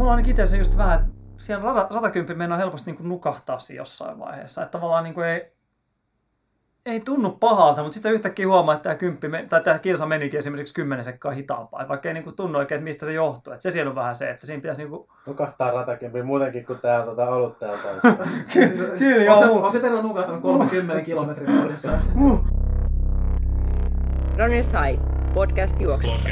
mulla on itse se just vähän, että siellä ratakymppi mennään helposti niin kuin nukahtaa siinä jossain vaiheessa. Että tavallaan niin kuin ei tunnu pahalta, mutta sitten yhtäkkiä huomaa, että tämä kilsa menikin esimerkiksi 10 sekkaa hitaampaa, vaikka ei niin kuin tunnu oikein, että mistä se johtuu. Että se siellä on vähän se, että siinä pitäisi niin kuin... Nukahtaa ratakymppi muutenkin kuin täällä ollut täältä. Kyllä joo. Onko se teillä nukahtanut 30 kilometrin vuodessa? Runners High, podcast juoksusta.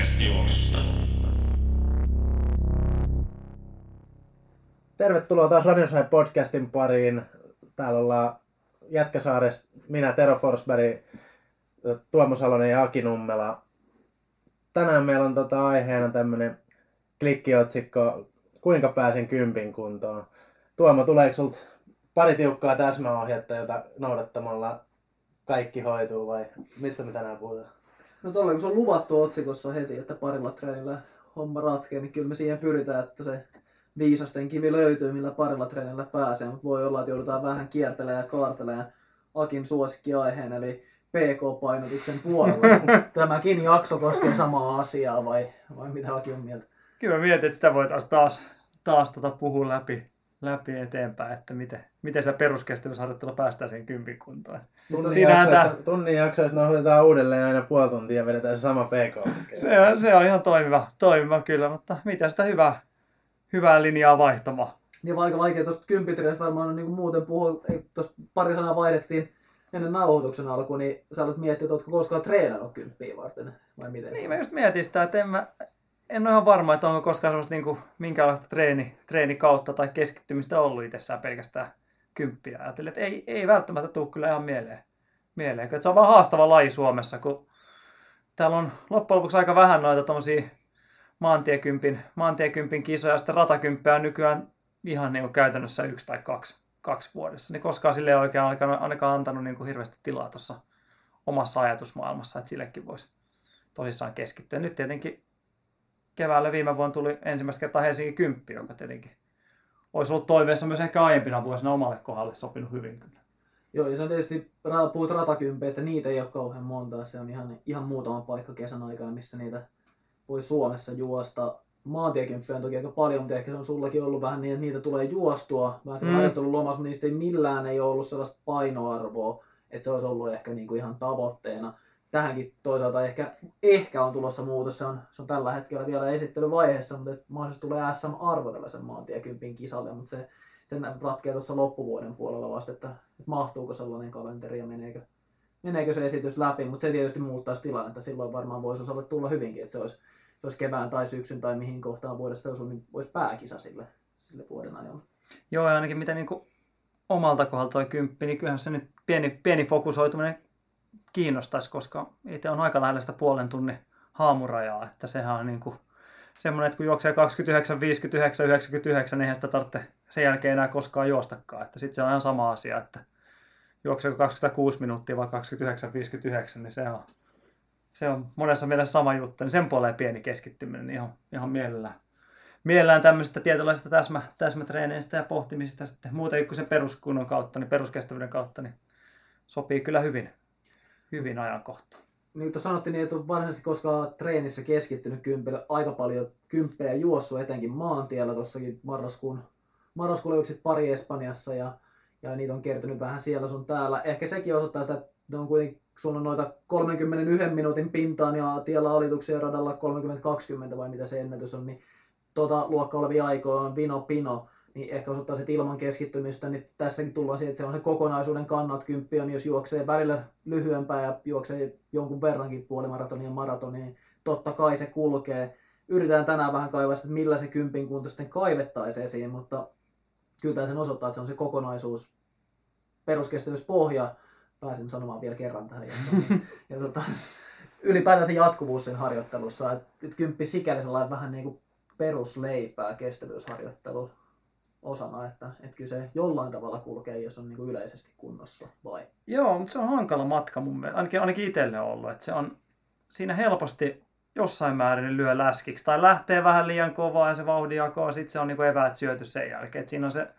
Tervetuloa taas Runners High podcastin pariin. Täällä ollaan Jätkäsaaressa minä, Tero Forsberg, Tuomo Salonen ja Aki Nummela. Tänään meillä on aiheena tämmönen klikkiotsikko, kuinka pääsin kympin kuntoon. Tuomo, tuleeko sulta pari tiukkaa täsmäohjetta, jota noudattamalla kaikki hoituu vai mistä me tänään puhutaan? No tolla kun se on luvattu otsikossa heti, että parilla treenillä homma ratkee, niin kyllä me siihen pyritään, että se viisasten kivi löytyy, millä parilla treenillä pääsee, mutta voi olla, että joudutaan vähän kiertelemään ja kaartelemaan Akin suosikkiaiheen, eli PK-painotuksen puolella. Tämäkin jakso koskee samaa asiaa, vai mitä Aki on mieltä? Kyllä mietin, että sitä voitaisiin taas puhua läpi eteenpäin, että miten sitä peruskestävyysharjoittelulla päästään siihen kympin kuntoon. Tunnin jaksoista otetaan uudelleen aina puoli tuntia ja vedetään se sama PK. Se on ihan toimiva kyllä, mutta mitä sitä hyvää linjaa vaihtamaan. Niin aika vaikea tuosta kympitreenistä varmaan on niin kuin muuten puhua, tuossa pari sanaa vaihdettiin ennen nauhoituksen alkuun, niin sä olet miettinyt, että oletko koskaan treenannut kymppiä varten, vai miten? Niin mä just mietin sitä, että en ole ihan varma, että onko koskaan semmoista niin kuin minkäänlaista treenikautta tai keskittymistä ollut itsessään pelkästään kymppiä. Ajattelin, että ei välttämättä tule kyllä ihan mieleen. Että se on vaan haastava laji Suomessa, kun täällä on loppujen lopuksi aika vähän noita tommosia maantiekympin kisoja ja sitten ratakymppejä nykyään ihan niin kuin käytännössä 1 tai 2 vuodessa. Niin koskaan sille ei oikein ainakaan antanut niin kuin hirveästi tilaa tuossa omassa ajatusmaailmassa, että sillekin voisi tosissaan keskittyä. Nyt tietenkin keväällä viime vuonna tuli ensimmäistä kertaa Helsingin 10, joka tietenkin olisi ollut toiveessa myös ehkä aiempina vuosina omalle kohdalle sopinut hyvin kyllä. Joo, ja se on tietysti, puhut ratakympeistä, niitä ei ole kauhean montaa. Se on ihan muutama paikka kesän aikana, missä niitä voi Suomessa juosta. Maantiekymppiä on toki aika paljon, mutta ehkä se on sullakin ollut vähän niin, että niitä tulee juostua. Vähän sen harjoittelun lomassa, mutta niistä ei millään ei ole ollut sellaista painoarvoa, että se olisi ollut ehkä niin kuin ihan tavoitteena. Tähänkin toisaalta ehkä on tulossa muutos. Se on tällä hetkellä vielä esittelyvaiheessa, mutta mahdollisesti tulee SM-arvo tällaisen maantiekympin kisalle, mutta sen ratkeaa tuossa loppuvuoden puolella vasta, että mahtuuko sellainen kalenteri ja meneekö se esitys läpi, mutta se tietysti muuttaisi tilannetta. Silloin varmaan voisi osalle tulla hyvinkin, että se olisi kevään tai syksyn tai mihin kohtaan vuodesta se osuu, niin olisi pääkisa sille vuoden ajan. Joo, ja ainakin mitä niin kuin omalta kohdalta toi kymppi, niin kyllähän se nyt pieni fokusoituminen kiinnostaisi, koska itse on aika lähellä sitä puolen tunnin haamurajaa, että sehän on niin kuin semmoinen, että kun juoksee 29, 59, 99, niin eihän sitä tarvitse sen jälkeen enää koskaan juostakaan, että sitten se on ihan sama asia, että juokseeko 26 minuuttia vai 29, 59, niin se on monessa mielessä sama juttu, niin sen puoleen pieni keskittyminen niin ihan mielellään tämmöisestä tietynlaisesta täsmätreeneistä ja pohtimisesta sitten muuten kuin sen peruskunnon kautta, niin peruskestävyyden kautta, niin sopii kyllä hyvin ajankohtaan. Niin kuin sanottiin, niin et ole varsinaisesti koskaan treenissä keskittynyt kympille, aika paljon kymppejä juossut, etenkin maantiellä. Tuossakin marraskuulla yksit pari Espanjassa ja niitä on kertynyt vähän siellä sun täällä. Ehkä sekin osoittaa sitä, että ne on kuitenkin, sulla on noita 31 minuutin pintaan ja tiellä alituksia radalla 30-20 vai mitä se ennätys on, niin luokka olevia aikoja on vino pino. Niin ehkä osoittaa, että ilman keskittymistä, niin tässäkin tullaan siihen, että se on se kokonaisuuden kannat kymppiä, niin jos juoksee välillä lyhyempää ja juoksee jonkun verrankin puolimaratonia ja maratonia, niin totta kai se kulkee. Yritetään tänään vähän kaivaa, että millä se kympin kunto sitten kaivettaisiin esiin, mutta kyllä tämä sen osoittaa, että se on se kokonaisuus, peruskestävyyspohja, pääsin sanomaan vielä kerran tähän, ja ylipäätään se jatkuvuus sen harjoittelussa, että kymppi sikäli sellainen vähän niin kuin perusleipää kestävyysharjoittelu osana, että kyllä se jollain tavalla kulkee, jos on niin kuin yleisesti kunnossa, vai? Joo, mutta se on hankala matka mun mielestä, ainakin itselle on ollut, että se on siinä helposti jossain määrin lyö läskiksi, tai lähtee vähän liian kovaa ja se vauhdin jakoa, sitten se on niin kuin eväät syöty sen jälkeen, että siinä on se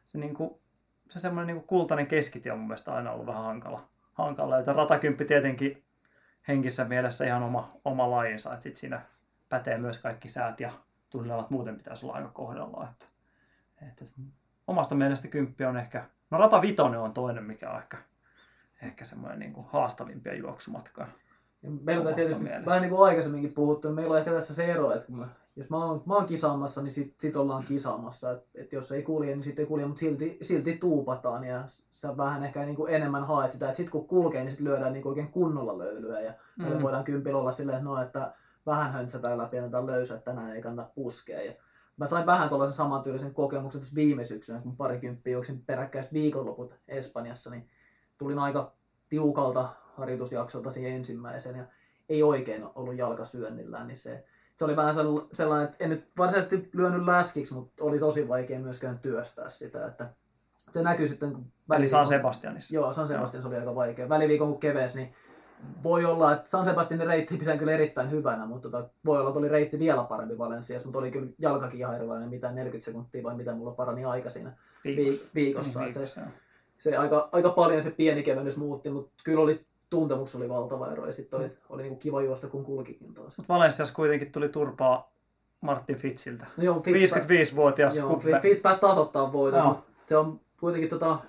semmoinen niin kuin kultainen keskitie on mun mielestä aina ollut vähän hankala, että ratakymppi tietenkin henkissä mielessä ihan oma lajinsa, että sitten siinä pätee myös kaikki säät ja tunnelmat muuten pitäisi olla aika kohdallaan. Että omasta mielestä 10 on ehkä, no rata 5 on toinen, mikä on ehkä semmoinen niin kuin haastavimpia juoksumatkaa. Ja meillä on tietysti mielestä. vähän niin kuin aikaisemminkin puhuttu, niin meillä on ehkä tässä se ero, että jos mä oon kisaamassa, niin sit ollaan kisaamassa. Et jos ei kulje, niin sitten ei kulje, mutta silti tuupataan. Ja sä vähän ehkä niin kuin enemmän haet sitä, että sit kun kulkee, niin sit lyödään niin kuin oikein kunnolla löylyä. Ja meillä voidaan 10 olla silleen, että, että vähän höntsätään läpi ja annetaan löysää, että tänään ei kannata puskea. Ja mä sain vähän tuollaisen samantyylisen kokemuksen tuossa viime syksynä, kun parikymppiä juoksin peräkkäiset viikonloput Espanjassa, niin tulin aika tiukalta harjoitusjaksolta siihen ensimmäiseen ja ei oikein ollut jalkasyönnillään, niin se oli vähän sellainen, että en nyt varsinaisesti lyönyt läskiksi, mutta oli tosi vaikea myöskään työstää sitä, että se näkyy sitten kun Eli San Sebastianissa. Joo, San Sebastianissa oli aika vaikea. Väliviikon kun kevensi, niin voi olla, että San Sebastianin reitti pidän kyllä erittäin hyvänä, mutta voi olla, että oli reitti vielä parempi Valensiassa, mutta oli kyllä jalkakin ihan erilainen, mitä 40 sekuntia vai mitä mulla parani aika siinä viikossa. Se aika paljon se pieni kevennys muutti, mutta kyllä tuntemus oli valtava ero ja sitten oli niin kuin kiva juosta kun kulkikin taas. Mutta Valensiassa kuitenkin tuli turpaa Martin Fitziltä. No joo, 55-vuotias kuppe. Fitz pääsi tasoittamaan voiton, mutta se on kuitenkin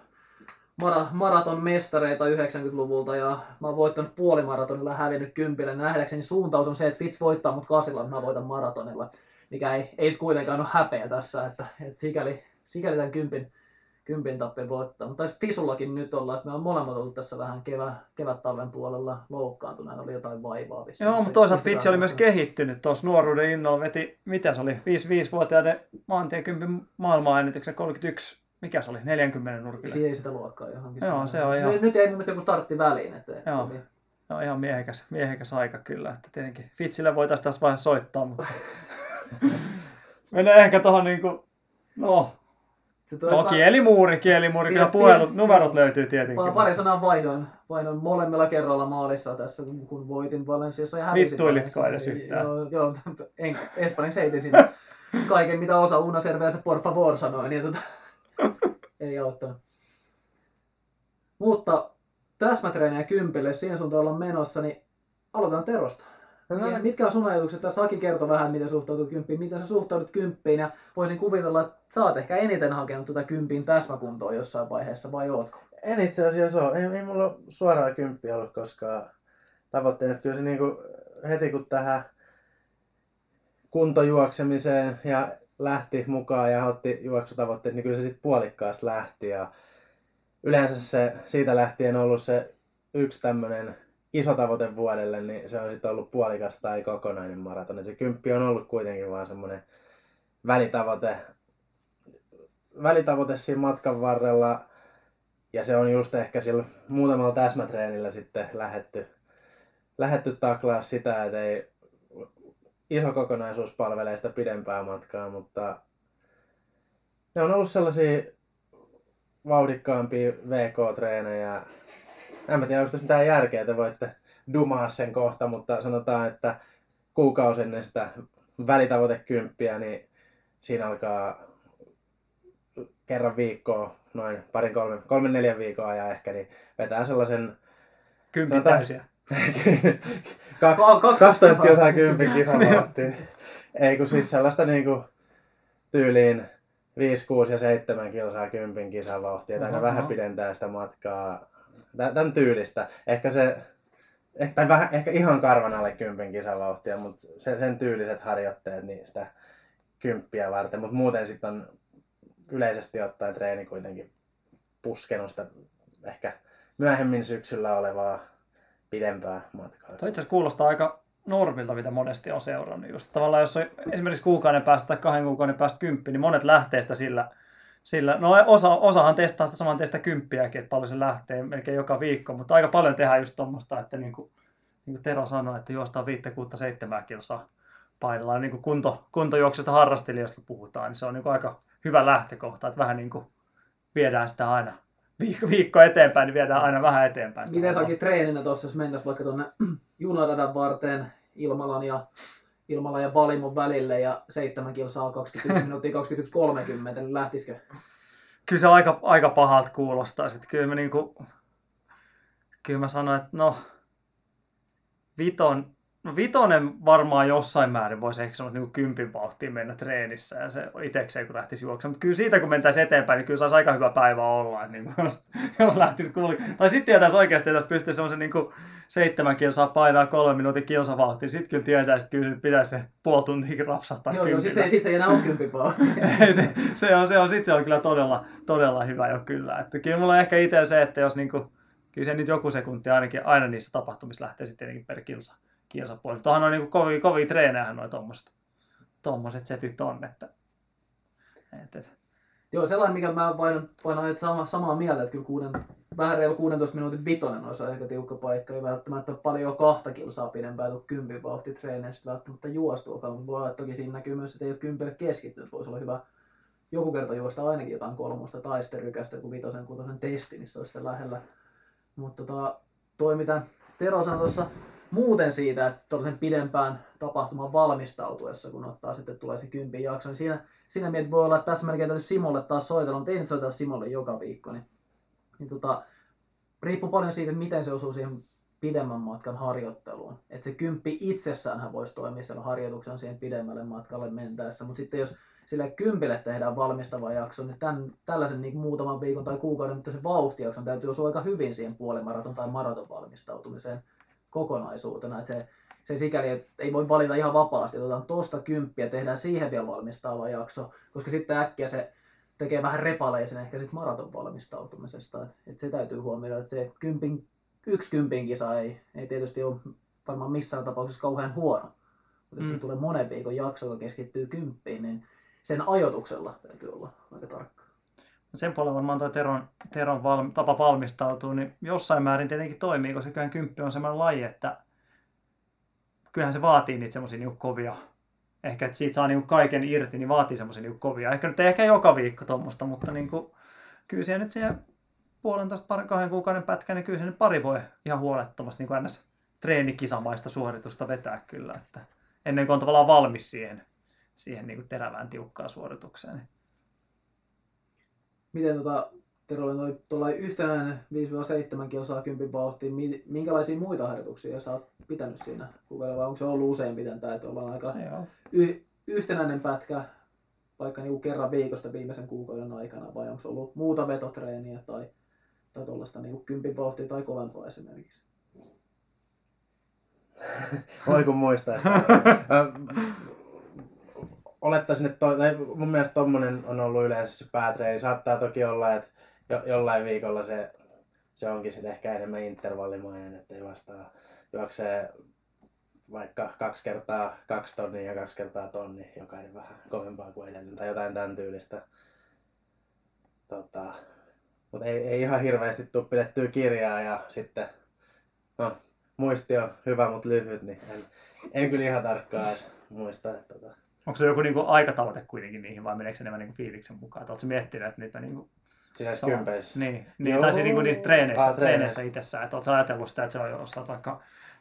maraton mestareita 90-luvulta ja mä oon voittanut puolimaratonilla ja hävinnyt 10. Nähdäkseni suuntaus on se, että Fitz voittaa mut 8, että mä voitan maratonilla, mikä ei kuitenkaan ole häpeä tässä, että sikäli tämän 10 tappeen voittaa. Mutta taisi Fisullakin nyt olla, että me on molemmat ollut tässä vähän kevät-talven puolella loukkaantuneena, oli jotain vaivaa. Joo, mutta toisaalta Fitz oli myös kehittynyt tuossa nuoruuden innolla, veti, mitä se oli, 55-vuotiaiden maantiekympin maailmanennätyksen 31, mikä se oli, 40 nurkille. Siinä ei sitä luokkaa johonkin. Joo, se on ihan... Nyt ei mielestäni joku startti väliin. Joo. Se oli ihan miehekäs aika kyllä, että tietenkin Fitzille voitaisiin tässä vaiheessa soittaa, mutta menee ehkä tuohon niinku, kielimuuri, kyllä puhelut, numerot löytyy tietenkin. Pari sanaa vaihdoin molemmilla kerralla maalissa tässä, kun voitin Valensiassa ja hävisin. Vittuilitko edes yhtään? Joo, espanjaksi heitin siinä kaiken mitä osa una cerveza por favor sanoi, niin ei auttanut. Mutta täsmätreenejä 10, siihen suuntaan ollaan menossa, niin aloitetaan Terosta. Mitkä on sun ajatukset? Tässä Aki kertoi vähän, miten suhtautuu 10, miten sä suhtaudut 10 ja voisin kuvitella, että sä oot ehkä eniten hakenut tuota 10 täsmäkuntoa jossain vaiheessa, vai ootko? En itse asiassa ole. Ei mulla ole suoraan 10 ollut koskaan tavoitteena. Että kyllä se niinku, heti kun tähän kuntojuoksemiseen ja lähti mukaan ja otti juoksutavoitteet, niin kyllä se sitten puolikkaasti lähti. Ja yleensä se siitä lähtien ollut se yksi tämmöinen iso tavoite vuodelle, niin se on sitten ollut puolikas tai kokonainen maraton. Et se 10 on ollut kuitenkin vaan semmoinen välitavoite siinä matkan varrella. Ja se on just ehkä sillä muutamalla täsmätreenillä sitten lähetty taklaa sitä, että ei iso kokonaisuus palvelee sitä pidempää matkaa, mutta ne on ollut sellaisia vauhdikkaampia VK-treenejä. En mä tiedä, onko tässä mitään järkeä, te voitte dumaa sen kohta, mutta sanotaan, että kuukausi ennen sitä välitavoite 10, niin siinä alkaa kerran viikkoa, noin 3-4 viikon ajan ehkä, niin vetää sellaisen 10 täysiä. 12 kilsaa 10 kisavauhtia. Ei kun siis sellaista niinku tyyliin 5, 6 ja 7 kilsaa 10 kisavauhtia. Aina vähän pidentää sitä matkaa. Tän tyylistä. Ehkä ihan karvan alle 10 kisavauhtia, mutta sen tyyliset harjoitteet niin sitä 10 varten. Mutta muuten sitten on yleisesti ottaen treeni kuitenkin puskenut sitä ehkä myöhemmin syksyllä olevaa pidempää matkaa. Tuo itse asiassa kuulostaa aika normilta, mitä monesti on seurannut. Just tavallaan jos on esimerkiksi kuukauden päästä tai 2 kuukauden päästä 10, niin monet lähtee sitä sillä no osahan testaa sitä saman teistä 10, että paljon se lähtee melkein joka viikko, mutta aika paljon tehdään just tuommoista, että niin kuin Tero sanoi, että juostaan 5, 6, 7 kilsaa painellaan. Niin kuin kuntojuoksusta harrastelijoista puhutaan, niin se on niin kuin aika hyvä lähtökohta, että vähän niin kuin viedään sitä aina viikko eteenpäin, niin viedään aina vähän eteenpäin. Miten saakin treeninä tuossa, jos mentäisiin vaikka tuonne junaradan varteen Ilmalan ja Valimon välille ja 7 kilsaa 21 minuuttia 21.30, niin lähtisikö? Kyllä se aika pahalta kuulostaa. Kyllä mä sanoin, että no 5 No vitonen varmaan jossain määrin voisi ehkä semmoista niin 10 vauhtia mennä treenissä ja se itsekseen kun lähtisi juoksemaan. Mutta kyllä siitä kun mentäisiin eteenpäin, niin kyllä saisi aika hyvä päivä olla. Että niin kuin, jos lähtisi tai sitten tietäisi oikeasti, että jos pystyisi semmoisen niin 7 kilsaa painaa 3 minuutin kilsavauhtia, sitten kyllä tietäisi, että kyllä pitäisi se puoli tuntiakin rapsahtaa Joo, kympillä. sit se ei enää ole 10 vauhtia. se on kyllä todella hyvä jo kyllä. Että kyllä mulla on ehkä itse se, että jos niin kuin, kyllä se nyt joku sekunti ainakin aina niissä tapahtumissa lähtee sitten tietenkin per kilsa pois. Tuohan on niin kovia treenejähän noi tommoset setit on. Että. Joo, sellainen mikä mä painan samaa mieltä, että kyllä vähän reilu 16 minuutin vitonen olisi ehkä tiukka paikka. Ei välttämättä paljon 2 kilsaa pidempään kuin 10 vauhti treeneistä välttämättä juostuakaan, mutta voi olla, että toki siinä näkyy myös, että ei ole 10 keskittynyt. Voisi olla hyvä joku kerta juosta ainakin jotain 3 tai sitten rykästä, kun 5-6 testi, niin se olisi sitten lähellä. Mutta toi mitä Tero sanoi tuossa muuten siitä, että tuollaisen pidempään tapahtuman valmistautuessa, kun ottaa sitten tulee se 10 jakso, niin siinä mielessä voi olla, että tässä melkein täytyy Simolle taas soitella, mutta ei nyt soitella Simolle joka viikko, niin riippuu paljon siitä, että miten se osuu siihen pidemmän matkan harjoitteluun. Että se 10 itsessäänhän voisi toimia siellä harjoituksena siihen pidemmälle matkalle mentäessä, mutta sitten jos sille 10 tehdään valmistava jakso, niin tällaisen niin muutaman viikon tai kuukauden mittaisen vauhtijakson täytyy osua aika hyvin siihen puolimaraton tai maraton valmistautumiseen kokonaisuutena. Että se sikäli, että ei voi valita ihan vapaasti, että otetaan tosta 10 ja tehdään siihen vielä valmistava jakso, koska sitten äkkiä se tekee vähän repaleisen ehkä sit maraton valmistautumisesta. Että se täytyy huomioida, että se 10 kisa ei tietysti ole varmaan missään tapauksessa kauhean huono. Mutta jos se tulee monen viikon jakso, joka keskittyy 10, niin sen ajoituksella täytyy olla aika tarkka. Sen puolella varmaan tuo Teron tapa valmistautua, niin jossain määrin tietenkin toimii, koska kyllähän 10 on semmoinen laji, että kyllähän se vaatii niitä semmoisia niin kovia. Ehkä että siitä saa niin kaiken irti, niin vaatii semmoisia niin kovia. Ehkä joka viikko tuommoista, mutta niin kuin, kyllä siellä nyt siihen 1,5-2 kuukauden pätkä, niin kyllä se nyt pari voi ihan huolettomasti niin kuin ns. Treenikisamaista suoritusta vetää kyllä. Että ennen kuin on tavallaan valmis siihen niin kuin terävään tiukkaan suoritukseen. Miten Terolle tuolla yhtenäinen 5-7 kilsaa 10 vauhtiin, minkälaisia muita harjoituksia sä oot pitänyt siinä kuvailla, vai onko se ollut usein pitentää, että ollaan aika yhtenäinen pätkä vaikka niin kuin kerran viikosta viimeisen kuukauden aikana, vai onko se ollut muuta vetotreeniä tai tuollaista niin kuin 10 vauhtia tai kovempaa esimerkiksi? Voi kun muistaa. Olettaisin, että mun mielestä tommonen on ollut yleensä se päätreeni. Saattaa toki olla, että jollain viikolla se onkin sitten ehkä enemmän intervallimainen, että ei vastaa juoksee vaikka 2 kertaa 2 tonnia ja 2 kertaa tonni, jokainen vähän kovempaa kuin edellinen tai jotain tämän tyylistä. Mutta ei ihan hirveästi tule pidettyä kirjaa ja sitten muisti on hyvä, mutta lyhyt, niin en kyllä ihan tarkkaan edes muista. Onko se joku niinku aikatavoite kuitenkin niihin vai meneekö se enemmän niinku fiiliksen mukaan? Oletko miettinyt, että niitä niinku... Siis kympeissä? Niin, tai siis niinku niissä treeneissä itsessään. Että oletko ajatellut sitä, että se on jossain vaikka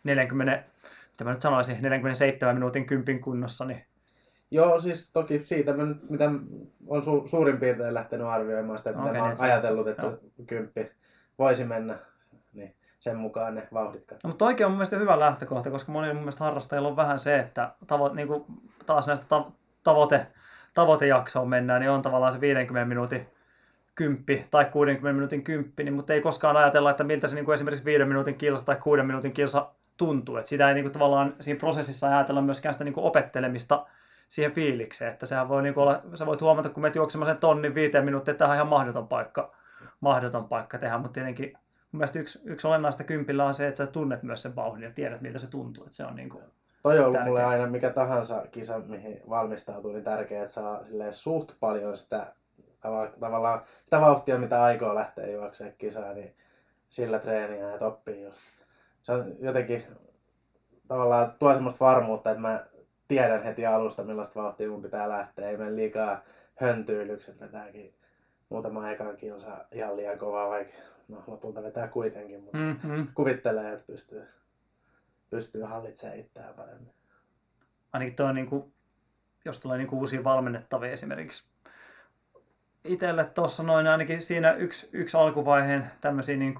47 minuutin 10 kunnossa, niin... Joo, siis toki siitä, mitä on suurin piirtein lähtenyt arvioimaan sitä, että mitä olen ajatellut, että 10 voisi mennä, niin sen mukaan ne vauhdit katsotaan. No, mutta oikein on mun mielestä hyvä lähtökohta, koska monilla mun mielestä harrastajilla on vähän se, että niin taas näistä tavoitejaksoon mennään, niin on tavallaan se 50 minuutin 10 tai 60 minuutin 10, niin, mutta ei koskaan ajatella, että miltä se niin kuin esimerkiksi 5 minuutin kilsa tai 6 minuutin kilsa tuntuu. Että sitä ei niin kuin, tavallaan siinä prosessissa ajatella myöskään sitä niin kuin opettelemista siihen fiilikseen, että sehän voi niin kuin olla, sä voit huomata, kun menet juoksemaan sen tonnin 5 minuuttia, että tämä on ihan mahdoton paikka tehdä, mutta tietenkin mun mielestä yksi olennaista 10 on se, että sä tunnet myös sen vauhdin ja tiedät, miltä se tuntuu. Että se on niin kuin toi on ollut mulle aina mikä tahansa kisa, mihin valmistautuu, niin tärkeää, että saa suht paljon sitä tavallaan sitä vauhtia, mitä aikoo lähteä juoksemaan kisaan, niin sillä treeniä ja oppii just. Se on jotenkin tavallaan tuo semmoista varmuutta, että mä tiedän heti alusta, millaista vauhtia mun pitää lähteä. Ei mene liikaa höntyylyksi, että vetääkin muutama ekan kilsa ihan liian kovaa, vaikka lopulta vetää kuitenkin, mutta kuvittelee, että pystyy hallitsemaan itseään paremmin. Ainakin tuo, niin kuin, jos tulee niin kuin uusia valmennettavia esimerkiksi. Itselle tuossa noin ainakin siinä yksi alkuvaiheen tämmöisiä niin kuin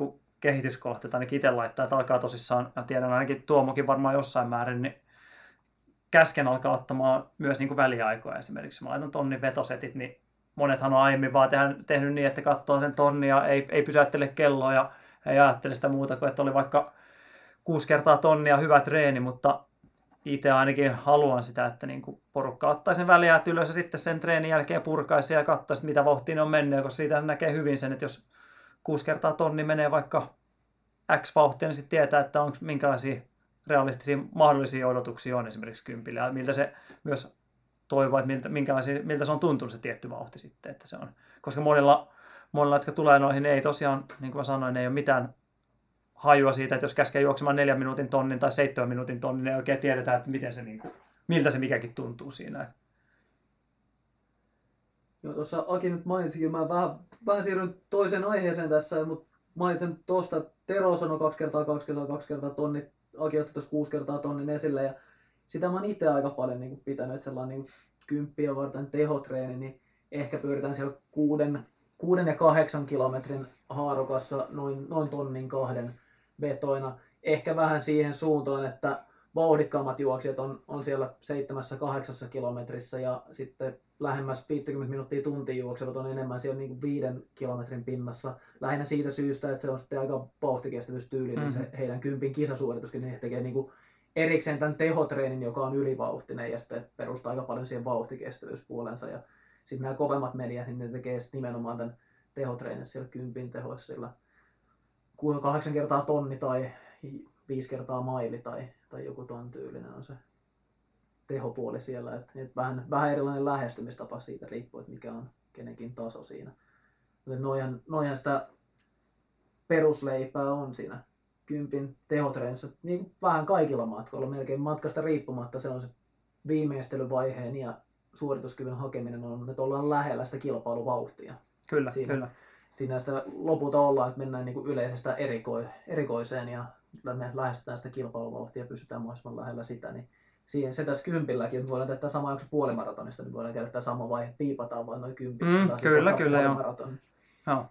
kehityskohteita ainakin itse laittaa, että alkaa tosissaan, ja tiedän ainakin Tuomokin varmaan jossain määrin, niin käsken alkaa ottamaan myös niin kuin väliaikoja esimerkiksi. Mä laitan tonnin vetosetit, niin monethan on aiemmin vaan tehnyt niin, että katsoo sen tonnin ja ei pysäyttele kelloa ja ei ajattele sitä muuta kuin, että oli vaikka 6 kertaa tonnia hyvä treeni, mutta itse ainakin haluan sitä, että niin kuin porukka ottaa sen väliäät ylös ja sitten sen treenin jälkeen purkaisi ja katsoisi, mitä vauhtiin on mennyt, koska siitä näkee hyvin sen, että jos 6 kertaa tonni menee vaikka X vauhtia, niin sitten tietää, että onko minkälaisia realistisia mahdollisia odotuksia on esimerkiksi kympille ja miltä se myös toivoo, että miltä se on tuntunut se tietty vauhti sitten, että se on. Koska monilla, jotka tulee noihin, niin ei tosiaan, niin kuin mä sanoin, ei ole mitään hajua siitä, että jos käskee juoksemaan 4 minuutin tonnin tai 7 minuutin tonnin, niin ei oikein tiedetä, että miten se, niin kuin, miltä se mikäkin tuntuu siinä. Joo, tuossa Aki nyt mainitsikin, mä vähän siirryn toiseen aiheeseen tässä, mutta mainitsen tuosta, että Tero sanoi 2 kertaa 2 kertaa 2 kertaa tonni, Aki otti tuossa 6 kertaa tonnin esille, ja sitä mä oon itse aika paljon niin kuin pitänyt, että sellainen niin 10 varten tehotreeni, niin ehkä pyöritään siellä 6 ja 8 kilometrin haarukassa noin tonnin 2 vetoina. Ehkä vähän siihen suuntaan, että vauhdikkaammat juoksijat on siellä 7-8 kilometrissä ja sitten lähemmäs 50 minuuttia tuntiin juoksevat on enemmän siellä niin kuin 5 kilometrin pinnassa. Lähinnä siitä syystä, että se on sitten aika vauhtikestävyystyylinen se heidän 10 kisasuorituskin, niin he tekee niin kuin erikseen tämän tehotreenin, joka on ylivauhtinen ja sitten perustaa aika paljon siihen vauhtikestävyyspuolensa. Ja sitten nämä kovemmat mediat, niin ne tekee nimenomaan tämän tehotreenin siellä 10 tehoissa, sillä 8 kertaa tonni tai 5 kertaa maili tai joku ton tyylinen on se tehopuoli siellä. Et vähän erilainen lähestymistapa siitä riippuu, että mikä on kenenkin taso siinä. Noihan sitä perusleipää on siinä 10 tehotreenissä, niin vähän kaikilla matkoilla, melkein matkasta riippumatta se on se viimeistelyvaiheen ja suorituskyvyn hakeminen on, että ollaan lähellä sitä kilpailuvauhtia. Kyllä, kyllä. Siinä sitä lopulta ollaan, että mennään niin kuin yleisestä erikoiseen ja me lähestytään sitä kilpailuvauhtia ja pysytään mahdollisimman lähellä sitä, niin siihen se tässä 10:lläkin, että voidaan tehdä tämä sama jakso puolimaratonista, niin voidaan tehdä tämä sama vaihe, piipataan vain noin 10. Kyllä, joo.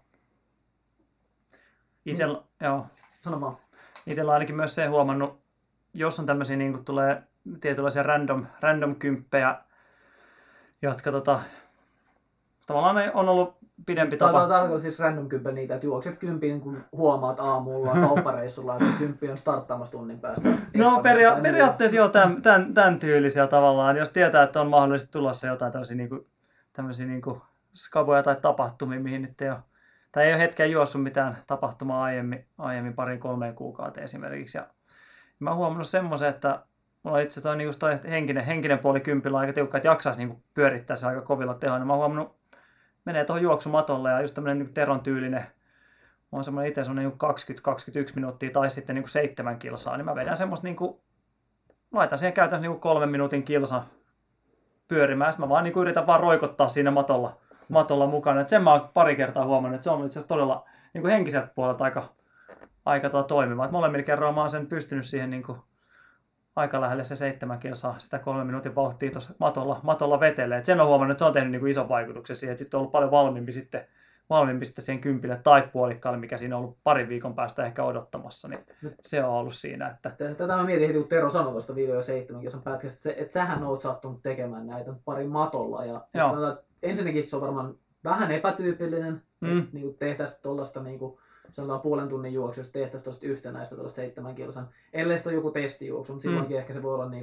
Joo. Sano vaan. Itsellä ainakin myös se huomannut, jos on tämmöisiä niin kuin tulee tietynlaisia random kymppejä, jotka tavallaan on ollut pidempi tapa. Tarkoitan siis random kymppä niitä, että juokset 10, kun huomaat aamulla kauppareissulla, että 10 on starttaamassa tunnin päästä. No periaatteessa jo tämän tyylisiä tavallaan, jos tietää, että on mahdollisesti tulossa jotain tämmöisiä niin kuin skaboja tai tapahtumia, mihin nyt ei ole, tai ei ole hetken juossut mitään tapahtumaa aiemmin 2-3 kuukauteen esimerkiksi. Ja mä oon huomannut semmoisen, että mulla itse asiassa toi henkinen puoli 10 aika tiukka, että jaksaisi niin pyörittää se aika kovilla tehoilla. Mä oon huomannut, menee tuohon juoksumatolle ja just tämmöinen niin Teron tyylinen, on semmoinen itse semmoinen 20-21 minuuttia tai sitten niin 7 kilsaa, niin mä vedän semmoista laitan siihen käytännössä 3 minuutin kilsa pyörimään, sitten mä vaan yritän vaan roikottaa siinä matolla mukana, että sen mä oon pari kertaa huomannut, että se on itse asiassa todella henkiseltä puolelta aika toimiva, että molemmilla kerroilla mä oon sen pystynyt siihen aika lähelle se 7 kilsaa sitä 3 minuutin vauhtia tuossa matolla vetelee. Et sen on huomannut, että se on tehnyt ison vaikutuksen siihen, että sitten on ollut paljon valmiimpi sitten siihen 10 tai puolikkaalle, mikä siinä on ollut parin viikon päästä ehkä odottamassa, niin se on ollut siinä. Että tätä mä mietin heti, kun Tero sanoi tuosta 7 kilsan pätkästä, että sähän oot sattunut tekemään näitä parin matolla. Ja ensinnäkin se on varmaan vähän epätyypillinen, että tehtäisiin tuollaista sanotaan puolen tunnin juoksu, jos tehtäisiin tuosta yhtenäistä tällaista 7 kilsan. Ellei sitten ole joku testijuoksu, mutta silloinkin ehkä se voi olla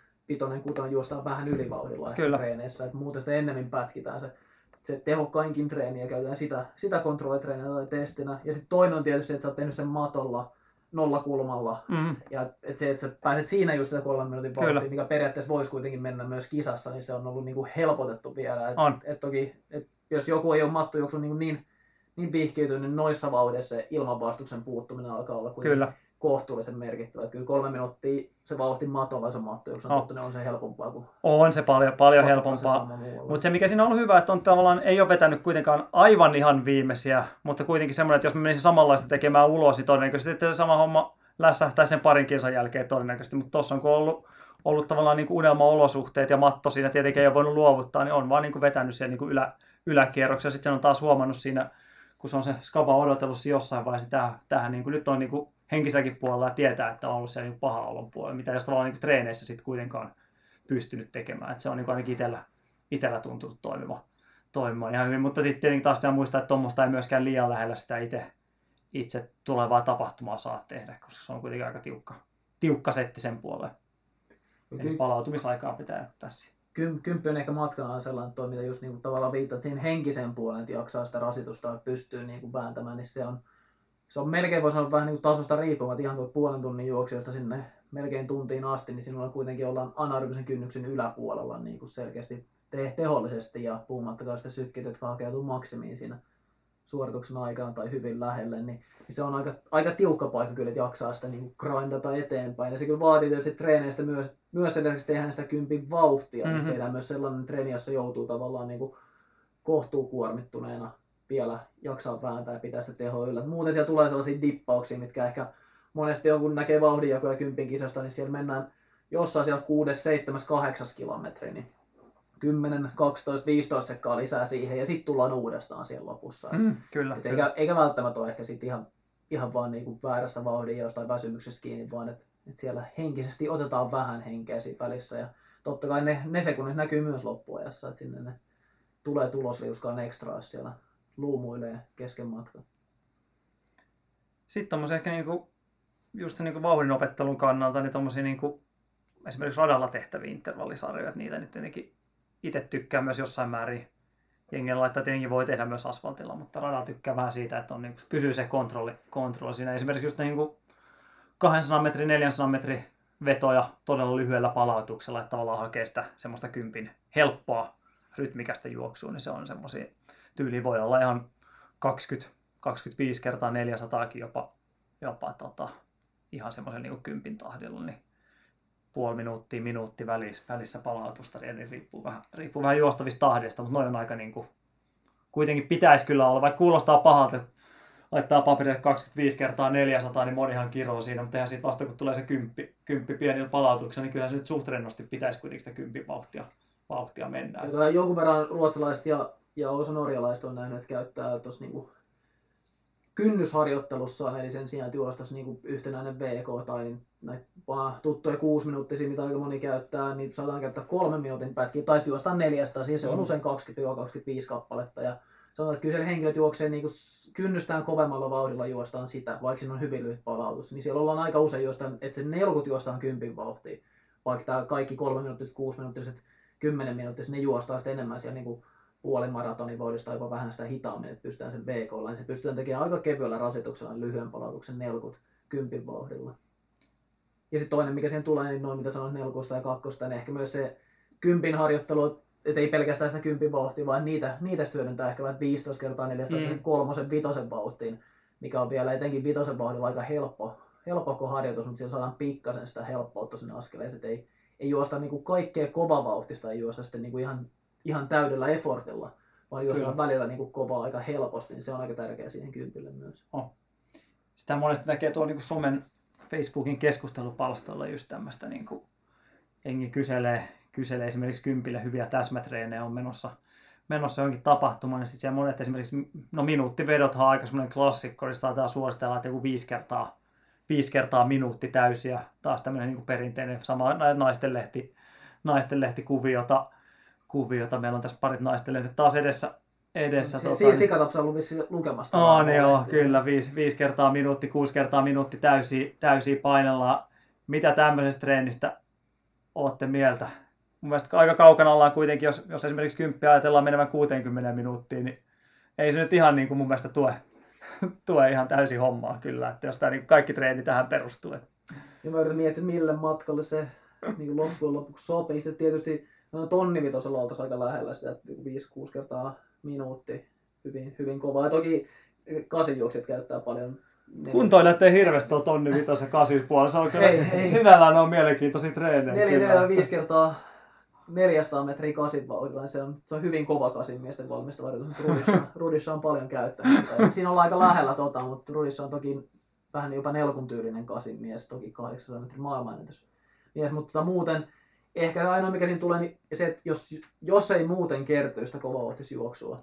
5-6 juostaan vähän ylivauhdilla ehkä treeneissä. Että muuten sitä ennemmin pätkitään se tehokkainkin treeni ja käytetään sitä kontrollitreeninä tai testinä. Ja sitten toinen on tietysti, että sä oot tehnyt sen matolla, nollakulmalla. Ja että sä pääset siinä just sitä 3 minuutin vauhtia, mikä periaatteessa voisi kuitenkin mennä myös kisassa, niin se on ollut helpotettu vielä. Et toki, jos joku ei ole mattojuoksu niin vihkiytynyt, niin noissa vauhdissa se ilmanvastuksen puuttuminen alkaa olla kohtuullisen merkittävä. Että kyllä 3 minuuttia se vauhti matolla, se mattojuoksu on se helpompaa kuin... On se paljon helpompaa. Mutta se mikä siinä on ollut hyvä, että on tavallaan, ei ole vetänyt kuitenkaan aivan ihan viimeisiä, mutta kuitenkin semmoinen, että jos mä menisin samanlaista tekemään ulos, niin todennäköisesti että sama homma lässähtäisi sen parin kilsan jälkeen todennäköisesti. Mutta tuossa on kun ollut tavallaan unelma-olosuhteet ja matto siinä tietenkin ei ole voinut luovuttaa, niin on vaan vetänyt sen yläkierroksen. Ja sitten sen on taas huomannut siinä kun se on se skaba odotellut jossain vaiheessa tähän niin kuin nyt on niin kuin henkiselläkin puolella ja tietää, että on ollut siellä niin paha olon puolella, mitä jos tavallaan niin treeneissä sitten kuitenkaan pystynyt tekemään. Että se on niin ainakin itsellä tuntunut toimimaan ihan hyvin, mutta sitten tietenkin taas pitää muistaa, että tuommoista ei myöskään liian lähellä sitä itse tulevaa tapahtumaa saa tehdä, koska se on kuitenkin aika tiukka setti sen puolelle. Eli palautumisaikaa pitää jättää siihen. Kymppi on ehkä matkana sellainen toiminta, just niin kuin tavallaan viittat siihen henkiseen puoleen, että jaksaa sitä rasitusta ja pystyy niin kuin vääntämään, niin se on melkein voi sanoa vähän niin kuin tasosta riippumatta, ihan tuo puolen tunnin juoksijoista sinne melkein tuntiin asti, niin sinulla kuitenkin ollaan anaerobisen kynnyksen yläpuolella niin kuin selkeästi tehollisesti ja puhumattakaan sitä sykkeet, jotka hakeutuu maksimiin siinä suorituksen aikana tai hyvin lähelle, niin se on aika tiukka paikka kyllä, että jaksaa sitä niin grindata eteenpäin. Ja se kyllä vaatii tietysti treeneistä myös esimerkiksi tehdään sitä kympin vauhtia. Mm-hmm. Tehdään myös sellainen treeni, jossa joutuu tavallaan niin kuin kohtuu kuormittuneena vielä jaksaa vääntää ja pitää sitä tehoa yllä. Muuten siellä tulee sellaisia dippauksia, mitkä ehkä monesti on, kun näkee vauhdinjakoja kympin kisasta, niin siellä mennään jossain siellä 6, 7, 8 kilometriä, niin 10, 12, 15 sekkaa lisää siihen ja sitten tullaan uudestaan siellä lopussa. Kyllä. Eikä välttämättä ole ehkä sitten ihan vaan niinku väärästä vauhdin jostain väsymyksestä kiinni, vaan että siellä henkisesti otetaan vähän henkeä siinä välissä. Ja totta kai ne sekunnit näkyy myös loppuajassa, että sinne ne tulee tulosliuskaan ekstraa, jos siellä luumuilee kesken matkan. Sitten tommosia ehkä just se vauhdin opettelun kannalta, niin tommosia esimerkiksi radalla tehtäviä intervallisarjoja, että niitä nyt tietenkin itse tykkään myös jossain määrin. Jengillä laittaa tietenkin voi tehdä myös asfaltilla, mutta radalla tykkää vähän siitä, että on, pysyy se kontrolli siinä. Esimerkiksi just 200 metrin, 400 metrin vetoja todella lyhyellä palautuksella, että tavallaan hakee sitä semmoista kympin helppoa rytmikästä juoksua, niin se on semmoisia tyyliä voi olla ihan 20-25 kertaa 400kin jopa ihan semmoisen kympin tahdilla, niin puoli minuutti välissä palautusta, eli riippuu vähän juostavista tahdista, mutta noin on aika kuitenkin pitäisi kyllä olla, vaikka kuulostaa pahalta, laittaa paperille 25 kertaa 400, niin monihan kiroo siinä, mutta eihän siitä vasta kun tulee se kymppi pienillä palautuksella, niin kyllähän se nyt suht rennosti pitäisi kuitenkin sitä kympin vauhtia mennä. Jonkun verran ruotsalaiset ja osa norjalaiset on nähnyt, että käyttää tuossa kynnysharjoittelussaan, eli sen sijaan, että juostaisi yhtenäinen VK tai näitä tuttuja 6-minuuttisia, mitä aika moni käyttää, niin saadaan käyttää 3 minuutin pätkiä, tai juostaan 400, siis se on usein 20-25 kappaletta. Ja sanotaan, että kyllä siellä henkilöt juoksee kynnystään kovemmalla vauhdilla juostaan sitä, vaikka siinä on hyvin lyhyt palautus, niin siellä ollaan aika usein juostaan, että se 40 juostaan 10 vauhtia, vaikka tämä kaikki 3-minuuttiset, 6-minuuttiset, 10-minuuttiset, ne juostaan sitten enemmän siellä puolen maratonin voidista jopa vähän sitä hitaammin, että pystytään sen VK:lla, niin se pystytään tekemään aika kevyellä rasituksella lyhyen palautuksen 40 10 vauhdilla. Ja sitten toinen, mikä siihen tulee, niin noin mitä sanoit 4 ja 2, niin ehkä myös se 10 harjoittelu, että ei pelkästään sitä 10 vauhtia, vaan niitä hyödyntää ehkä vähän 15 kertaa 400 sen 3, 5 vauhtiin, mikä on vielä etenkin 5 vauhdilla aika helppo harjoitus, mutta siellä saadaan pikkasen sitä helppoutta sinne askeleeseen, että ei juosta kaikkea kovavauhtista, ei juosta sitten ihan täydellä effortilla, vaan juostaan välillä kovaa aika helposti, niin se on aika tärkeää siihen kympille myös. Sitä monesti näkee tuolla somen Facebookin keskustelupalstoilla just tämmöistä, jengi kyselee esimerkiksi kympille hyviä täsmätreenejä, on menossa johonkin tapahtumaan, niin sitten siellä monet esimerkiksi, minuuttivedothan on aika semmoinen klassikko, niin sitä suositellaan, että joku 5 kertaa minuutti täysiä, taas tämmöinen perinteinen sama naistenlehtikuviota. Meillä on tässä parit naistenlehdet taas edessä. Siinä Sikatapsa on ollut vissiin lukemasta. Joo, kyllä. 5 kertaa minuutti, 6 kertaa minuutti täysiä painellaan. Mitä tämmöisestä treenistä olette mieltä? Mun mielestä aika kaukana ollaan kuitenkin, jos esimerkiksi 10 ajatellaan menevän 60 minuuttiin, niin ei se nyt ihan mun mielestä tue ihan täysin hommaa kyllä, että jos tämä kaikki treeni tähän perustuu. Ja mä yritän miettiä, mille matkalle se loppujen lopuksi sopii. Se tietysti tonnivitosella oltaisiin aika lähellä sitä, että 5-6 kertaa minuutti, hyvin kovaa. Ja toki kasijuoksijat käyttää paljon. Kuntoilijat ei hirveästi ole tonnivitosen kasvispuolella. Se on kyllä sinällään on mielenkiintoisia treenejä. 4-5 kertaa 400 metriä kasivauhdilla, niin se on hyvin kova kasimiesten valmistava harjoitus. Rudissa on paljon käyttämistä. Siinä ollaan aika lähellä mutta Rudissa on toki vähän jopa nelkun tyylinen kasimies, toki 800 metrin maailmanennätys. Mutta muuten ehkä ainoa mikä siinä tulee, niin se, että jos ei muuten kertyy sitä kovavauhtista juoksua,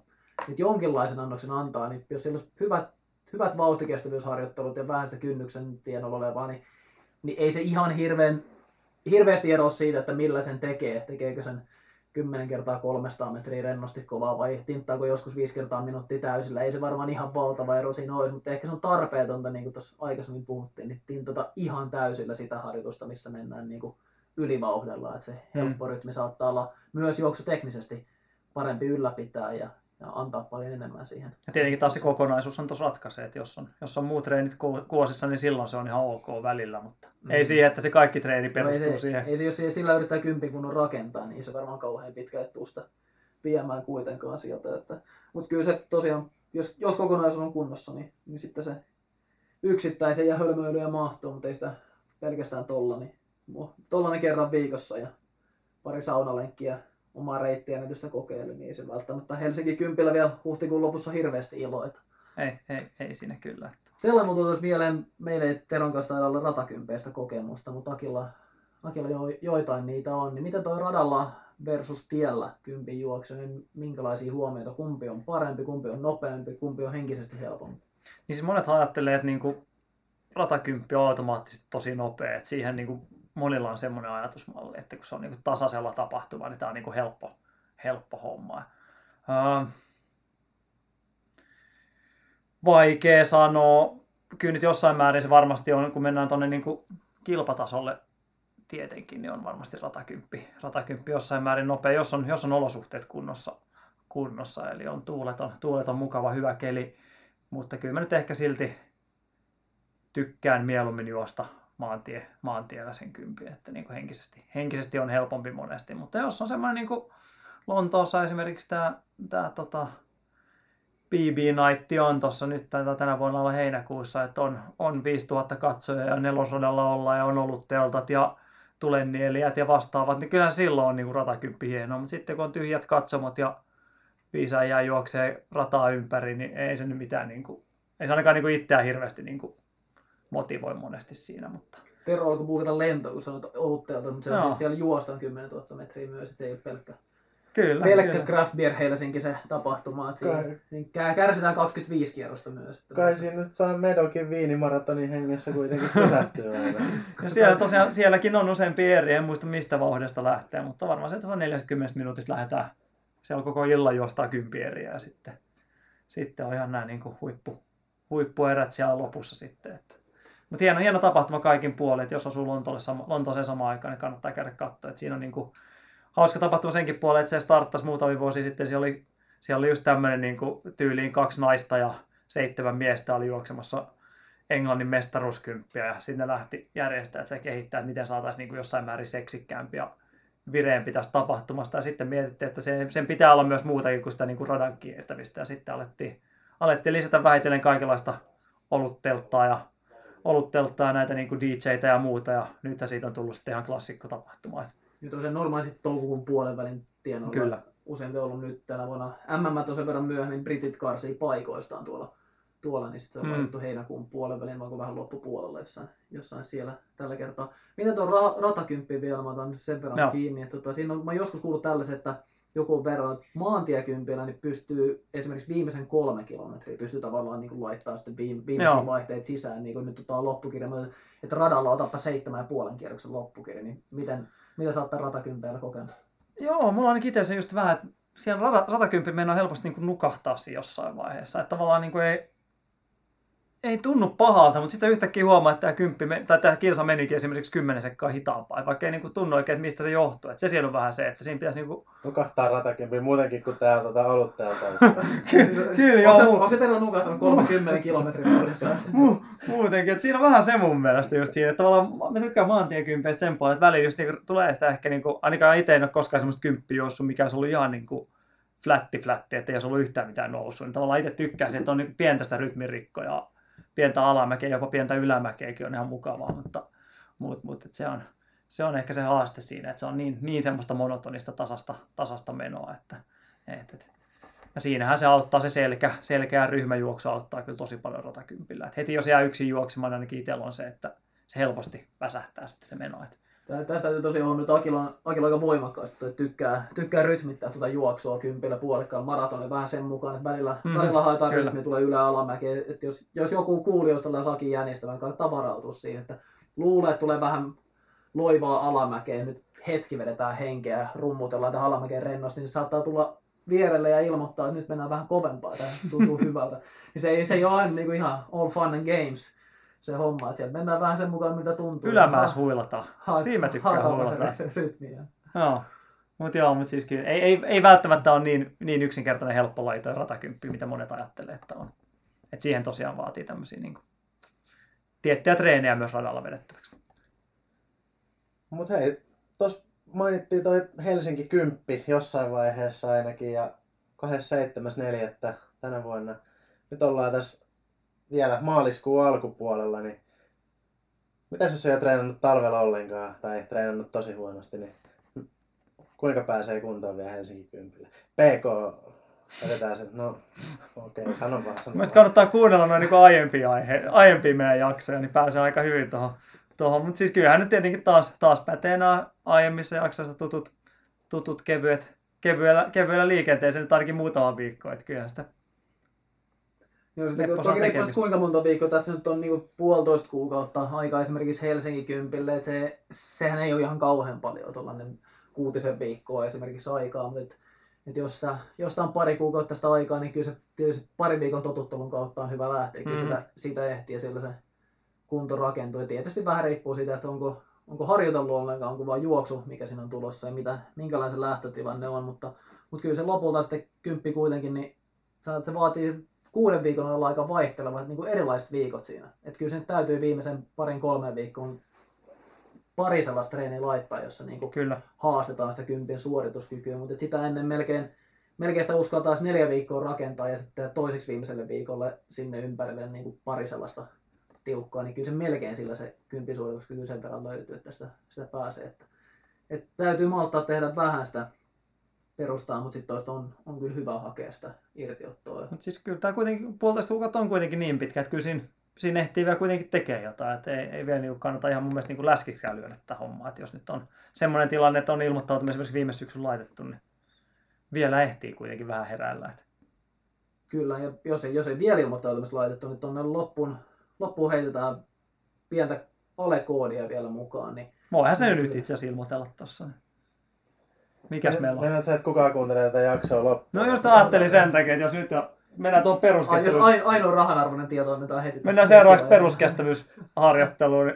nyt jonkinlaisen annoksen antaa, niin jos siellä olisi hyvät vauhtikestävyysharjoittelut ja vähän sitä kynnyksen tienolla olevaa, niin ei se ihan hirveästi eroa siitä, että millä sen tekee. Tekeekö sen 10 kertaa 300 metriä rennosti kovaa vai tinttaako joskus 5 kertaa minuuttia täysillä. Ei se varmaan ihan valtava ero siinä olisi, mutta ehkä se on tarpeetonta, niin kuin tuossa aikaisemmin puhuttiin, niin tintata ihan täysillä sitä harjoitusta, missä mennään niin kuin ylivauhdella. Että se helppo rytmi saattaa olla myös juoksuteknisesti parempi ylläpitää ja antaa paljon enemmän siihen. Ja tietenkin taas se kokonaisuus on tuossa ratkaisee, että jos on muut treenit kuosissa, niin silloin se on ihan ok välillä, mutta ei siihen, että se kaikki treeni perustuu siihen. Jos sillä yrittää 10 kunnon rakentaa, niin se varmaan kauhean pitkälle tuu sitä viemään kuitenkaan sieltä. Mutta kyllä se tosiaan, jos kokonaisuus on kunnossa, niin sitten se yksittäisen ja hölmöilyä mahtuu, mutta ei sitä pelkästään tollanen kerran viikossa ja pari saunalenkkiä omaa reittiä kokeili, niin ei se välttämättä Helsinki 10 vielä huhtikuun lopussa hirveästi iloita. Ei siinä kyllä. Sellainen mulla tuossa mieleen, meillä ei Teron kanssa taida olla ratakympeistä kokemusta, mutta Akilla joitain niitä on. Niin miten toi radalla versus tiellä kympin juoksu, niin minkälaisia huomioita, kumpi on parempi, kumpi on nopeampi, kumpi on henkisesti helpompi? Niin siis monet ajattelee, että niinku ratakymppi on automaattisesti tosi nopea, että siihen niinku monilla on semmoinen ajatusmalli, että kun se on niinku tasaisella tapahtuva, niin tämä on niinku helppo homma. Vaikea sanoa. Kyllä nyt jossain määrin se varmasti on, kun mennään tuonne niinku kilpatasolle tietenkin, niin on varmasti ratakymppi jossain määrin nopea, jos on olosuhteet kunnossa, eli on tuuleton mukava, hyvä keli, mutta kyllä mä nyt ehkä silti tykkään mieluummin juosta maantiellä sen kympin, että niin kuin henkisesti on helpompi monesti, mutta jos on semmoinen niin kuin Lontoossa esimerkiksi tämä PB Night on tuossa nyt tänä vuonna olla heinäkuussa, että on 5000 katsojaa ja nelosradalla ollaan ja on ollut teltat ja tulennielijät ja vastaavat, niin kyllähän silloin on niin kuin ratakymppi hienoa, mutta sitten kun on tyhjät katsomot ja 5 äijää juoksee rataa ympäri, niin ei se nyt mitään, niin kuin, ei se ainakaan niin kuin itseään hirveästi niin kuin motivoi monesti siinä. Mutta Tero alkoi puhua lentoa, kun sanoit olutteelta, mutta se on siis siellä juostaan 10 000 metriä myös, että se ei ole pelkkä Craft Beer Helsinki se tapahtuma. Niin kärsitään 25 kierrosta myös. Kai siinä nyt saa Medokin viinimaratonin hengessä kuitenkin pysähtyä aina. Ja siellä tosiaan, sielläkin on useampi eri, en muista mistä vauhdista lähtee, mutta varmaan se 40 minuutista lähdetään. Siellä koko illan juostaa 10 eriä ja sitten on ihan nämä niin kuin huippuerät siellä lopussa sitten. Että. Mutta hieno tapahtuma kaikin puolin, että jos asuu Lontooseen samaan aikaan, niin kannattaa käydä katsoa. Että siinä on niin kuin hauska tapahtuma senkin puolella, että se starttasi muutamia vuosia sitten. Siellä oli just tämmöinen niin kuin tyyliin 2 naista ja 7 miestä oli juoksemassa Englannin mestaruuskymppiä. Ja sinne lähti järjestäjät se kehittää, että miten saataisiin niin kuin jossain määrin seksikkäämpi ja vireempi tästä tapahtumasta. Ja sitten mietittiin, että sen pitää olla myös muutakin kuin sitä niin kuin radan kiertämistä. Ja sitten alettiin lisätä vähitellen kaikenlaista oluttelttaa ja näitä niin kuin DJ:tä ja muuta. Ja nyt siitä on tullut sitten ihan klassikkotapahtuma. Nyt on se normaalisti toukokuun puolen välin tienoilla. Kyllä. Usein on ollut nyt tänä vuonna. MM on sen verran myöhemmin, britit karsii paikoistaan tuolla niin sitten on valittu heinäkuun puolen välin, vaan vähän loppupuolella jossain siellä tällä kertaa. Miten tuo ratakymppi vielä, mä otan sen verran kiinni, että siinä on, mä joskus kuullut tällaisen, että joku on verran, että maantiekympillä niin pystyy esimerkiksi viimeisen 3 kilometriä pystyy tavallaan niin kuin laittaa sitten viimeisiä vaihteita sisään, niin kuin nyt loppukirja, että radalla otapa 7,5 kierroksen loppukirja, niin mitä sä oot tämän ratakympeillä kokenut? Joo, mulla on itse se just vähän, että siellä ratakymppi mennään helposti niin kuin nukahtaa jossain vaiheessa, että tavallaan niin kuin ei tunnu pahalta, mutta sitten yhtäkkiä huomaa, että tämä kilsa menikin esimerkiksi 10 sekkaa hitaampaa, vaikka ei niin kuin tunnu oikein, että mistä se johtuu. Että se siellä on vähän se, että siinä pitäisi niin kuin nukahtaa ratakympi muutenkin kuin täällä olutteelta. Kyllä joo. Onko se Tero nukahtanut 30 kilometriä vuodessa? Muutenkin, että siinä on vähän se mun mielestä just siinä, että tavallaan mä tykkään maantiekympeistä sen puolella, että välillä just niin tulee sitä ehkä, niin kuin, ainakaan itse en ole koskaan semmoista kymppiä juossut, mikä olisi ollut ihan niin kuin flätti, että ei olisi ollut yhtään mitään noussut. Niin tavallaan itse tykkäisin, että on niin pientä sitä rytmirikkoja, pientä alamäkeä, jopa pientä ylämäkeäkin on ihan mukavaa, mutta se on ehkä se haaste siinä, että se on niin semmoista monotonista tasasta menoa, että ja siinähän se auttaa se selkeä ryhmäjuoksu auttaa kyllä tosi paljon ratakympillä. Et heti jos jää yksin juoksemaan, niin ainakin itsellä on se, että se helposti väsähtää sitten se meno. Tästä täytyy tosiaan on nyt Akilla aika voimakkaasti, että tykkää rytmittää tuota juoksua kympillä puolikkaalla maratonin vähän sen mukaan, että välillä haetaan kyllä. rytmi, tulee ylä alamäkeä. Että jos joku kuulijoista lähes Akin jännistävän, kannattaa varautua siihen, että luulee, että tulee vähän loivaa alamäkeä, nyt hetki vedetään henkeä ja rummutellaan tähän alamäkeen rennosti, niin saattaa tulla vierelle ja ilmoittaa, että nyt mennään vähän kovempaa, tämä tuntuu hyvältä. Niin se ei ole aina niin kuin ihan all fun and games se homma, että sieltä mennään vähän sen mukaan, mitä tuntuu. Ylämäessä huilataan. Siinä mä tykkään huilata. Rytmiä. Joo. Mutta siis kyllä ei välttämättä ole niin yksinkertainen helppo laji toi ratakymppi, mitä monet ajattelee, että on. Et siihen tosiaan vaatii tämmöisiä niin tiettyjä treenejä myös radalla vedettäväksi. Mut hei, tuossa mainittiin toi Helsinki 10 jossain vaiheessa ainakin ja 27.4. tänä vuonna. Nyt ollaan tässä vielä maaliskuun alkupuolella, niin mitäs jos ei ole treenannut talvella ollenkaan tai treenannut tosi huonosti, niin kuinka pääsee kuntoon vielä Helsinki 10? PK, vedetään sen, no okei, sano vaan. Mielestäni kannattaa kuunnella noin niin aiempia meidän jaksoja, niin pääsee aika hyvin tuohon. Mutta siis kyllähän nyt tietenkin taas pätee nämä aiemmissa jaksoissa tutut kevyellä liikenteeseen nyt ainakin muutama viikko, että kyllähän sitä Joo, toki riippuu, kuinka monta viikkoa tässä nyt on niinku 1,5 kuukautta aikaa esimerkiksi Helsingin kympille, että sehän ei ole ihan kauhean paljon tuollainen 6 viikkoa esimerkiksi aikaa, mutta et jos tämä on pari kuukautta sitä aikaa, niin kyllä se tietysti pari viikon totuttelun kautta on hyvä lähteä, kyllä sitä ehtii ja sillä se kunto rakentuu. Ja tietysti vähän riippuu siitä, että onko harjoitellut ollenkaan, onko vaan juoksu, mikä siinä on tulossa ja minkälainen se lähtötilanne on, mutta kyllä se lopulta sitten kymppi kuitenkin, niin se vaatii 6 viikon olla aika vaihtelevat niin kuin erilaiset viikot siinä. Että kyllä se nyt täytyy viimeisen 2-3 viikkoon pari sellaista treeniä laittaa, jossa niin kuin haastetaan sitä kympin suorituskykyä, mutta sitä ennen melkein sitä uskaltaa 4 viikkoa rakentaa ja sitten toiseksi viimeiselle viikolle sinne ympärille niin kuin pari sellaista tiukkaa, niin kyllä se melkein sillä se kympin suorituskyky sen verran löytyy, että sitä pääsee. Että täytyy malttaa tehdä vähän sitä perustaa, mutta sitten toista on kyllä hyvä hakea sitä irtiottoa. Mutta siis kyllä tämä kuitenkin 1,5 kuukautta on kuitenkin niin pitkä, että kyllä siinä ehtii vielä kuitenkin tekemään jotain. Että ei vielä niin kannata ihan mun mielestä niin läskikään lyödä tätä hommaa. Että jos nyt on semmoinen tilanne, että on ilmoittautuminen esimerkiksi viime syksyn laitettu, niin vielä ehtii kuitenkin vähän heräillä. Että. Kyllä, ja jos ei vielä ilmoittautumista laitettu, niin tuonne loppuun heitetään pientä alekoodia vielä mukaan. Niin voihan se nyt itse asiassa ilmoitella tuossa. Mikäs meillä on? Mennään, että kukaan kuuntelee tätä jaksoa loppuun. No just ajattelin sen takia, että jos nyt mennään tuon peruskestävyys... Jos ainoa rahanarvoinen tieto annetaan heti. Mennään seuraavaksi peruskestävyysharjoitteluun.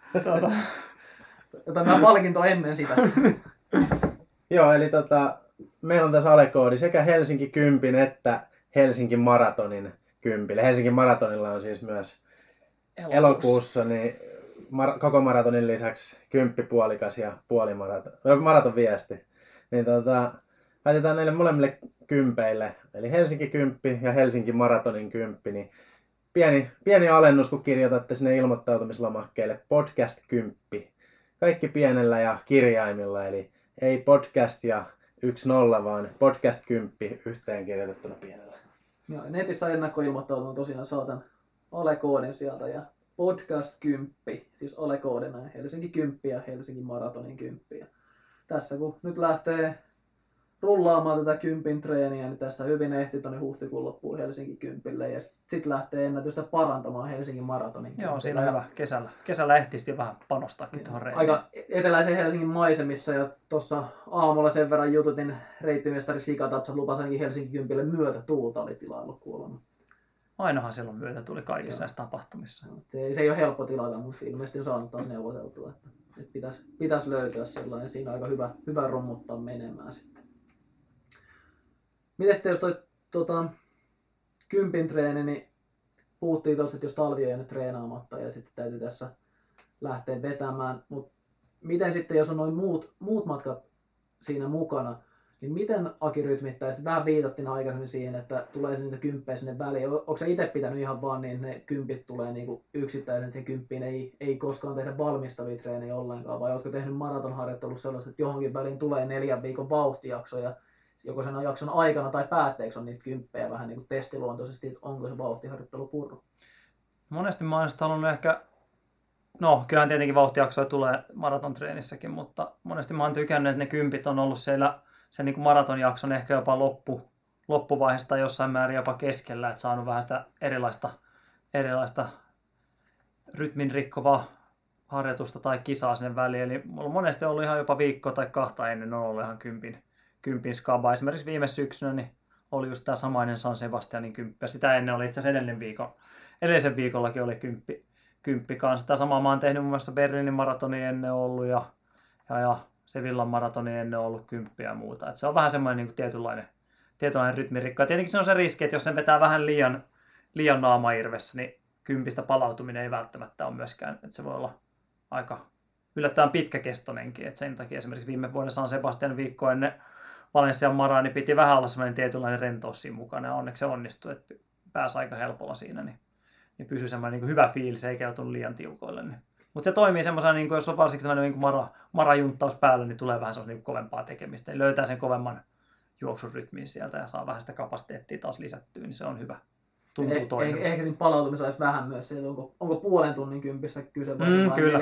Otetaan palkinto ennen sitä. Joo, eli meillä on tässä alekoodi sekä Helsinki 10 että Helsinki Maratonin 10. Helsingin Maratonilla on siis myös elokuussa niin koko maratonin lisäksi 10 puolikas ja maraton viesti. Niin laitetaan näille molemmille kympeille, eli Helsinki 10 ja Helsinki Maratonin 10, niin pieni alennus, kun kirjoitatte sinne ilmoittautumislomakkeelle podcast 10. Kaikki pienellä ja kirjaimilla, eli ei podcast ja 1-0, vaan podcast 10 yhteen kirjoitettuna pienellä. Joo, netissä ennakkoilmoittautunut tosiaan saatan alekoodin sieltä ja podcast 10, siis alekoodina Helsinki 10 ja Helsinki Maratonin 10. Ja tässä kun nyt lähtee rullaamaan tätä 10 treeniä, niin tästä hyvin ehti tuonne huhtikuun loppuun Helsinki 10 ja sitten lähtee ennätystä parantamaan Helsingin Maratonin 10. Joo, siinä on hyvä. Kesällä ehtii sitten vähän panostaakin tuohon reeniin. Aika eteläisen Helsingin maisemissa ja tuossa aamulla sen verran jututin reittimestari Sikatapsa lupasi ainakin Helsinki 10 myötätuulta oli tilailu kuulemma. Ainahan siellä on myötätuuli kaikissa näissä tapahtumissa. Se ei ole helppo tilata, mutta ilmeisesti on saanut taas neuvoteltua, että pitäisi löytää sellainen. Siinä on aika hyvä rummuttaa menemään sitten. Miten sitten jos toi 10 treeni, niin puhuttiin tuossa, että jos talvi on jäänyt treenaamatta ja sitten täytyy tässä lähteä vetämään, mutta miten sitten jos on noin muut matkat siinä mukana, niin miten Aki rytmittää? Sitten vähän viitattiin aikaisemmin siihen, että tulee niitä kymppejä sinne väliin. Onko sä itse pitänyt ihan vaan niin, ne kympit tulee niinku yksittäisen sen kymppiin, ei koskaan tehdä valmistavia treenejä ollenkaan, vai oletko tehnyt maratonharjoittelussa sellaiset, että johonkin väliin tulee 4 viikon vauhtijaksoja, joko sen jakson aikana tai päätteeksi on niitä kymppejä vähän niin kuin testiluontoisesti, että onko se vauhtiharjoittelu purru? Monesti mä oon halunnut ehkä No, kyllähän tietenkin vauhtijaksoja tulee maratontreenissä,kin, mutta monesti mä oon tykännyt, että ne kympit on ollut siellä sen niin kuin maratonjakson ehkä jopa loppuvaiheessa tai jossain määrin jopa keskellä, että saanut vähän sitä erilaista rytmin rikkovaa harjoitusta tai kisaa sinne väliin. Eli mulla on monesti ollut ihan jopa viikko tai kahta ennen on ollut ihan kympin skaba. Esimerkiksi viime syksynä niin oli just tämä samainen San Sebastianin kymppi. Ja sitä ennen oli itse asiassa edellisen viikollakin oli kymppi kanssa. Tämä sama mä oon tehnyt muun muassa Berliinin maratonin ennen ollut ja Sevillan maratonin ennen ollut kymppiä ja muuta. Et se on vähän semmoinen niin kuin tietynlainen rytmirikko. Ja tietenkin se on se riski, että jos sen vetää vähän liian naamairvessä, niin kympistä palautuminen ei välttämättä ole myöskään, että se voi olla aika yllättävän pitkäkestoinenkin. Et sen takia esimerkiksi viime vuonna San Sebastian viikko ennen Valencian maraa, niin piti vähän olla semmoinen tietynlainen rentous siinä mukana, ja onneksi se onnistui, että pääsi aika helpolla siinä, niin pysyi semmoinen niin hyvä fiilis, eikä joutunut liian tiukoille. Niin. Mutta se toimii semmoisena, niin jos on varsinkin tämmöinen niin marajunttaus päällä, niin tulee vähän semmoista niin kovempaa tekemistä. Eli löytää sen kovemman juoksurytmin sieltä ja saa vähän sitä kapasiteettia taas lisättyä, niin se on hyvä. Tuntuu toimia. Ehkä siinä palautumisessa olisi vähän myös se, että onko puolen tunnin kympistä kyse vai kyllä, 45-50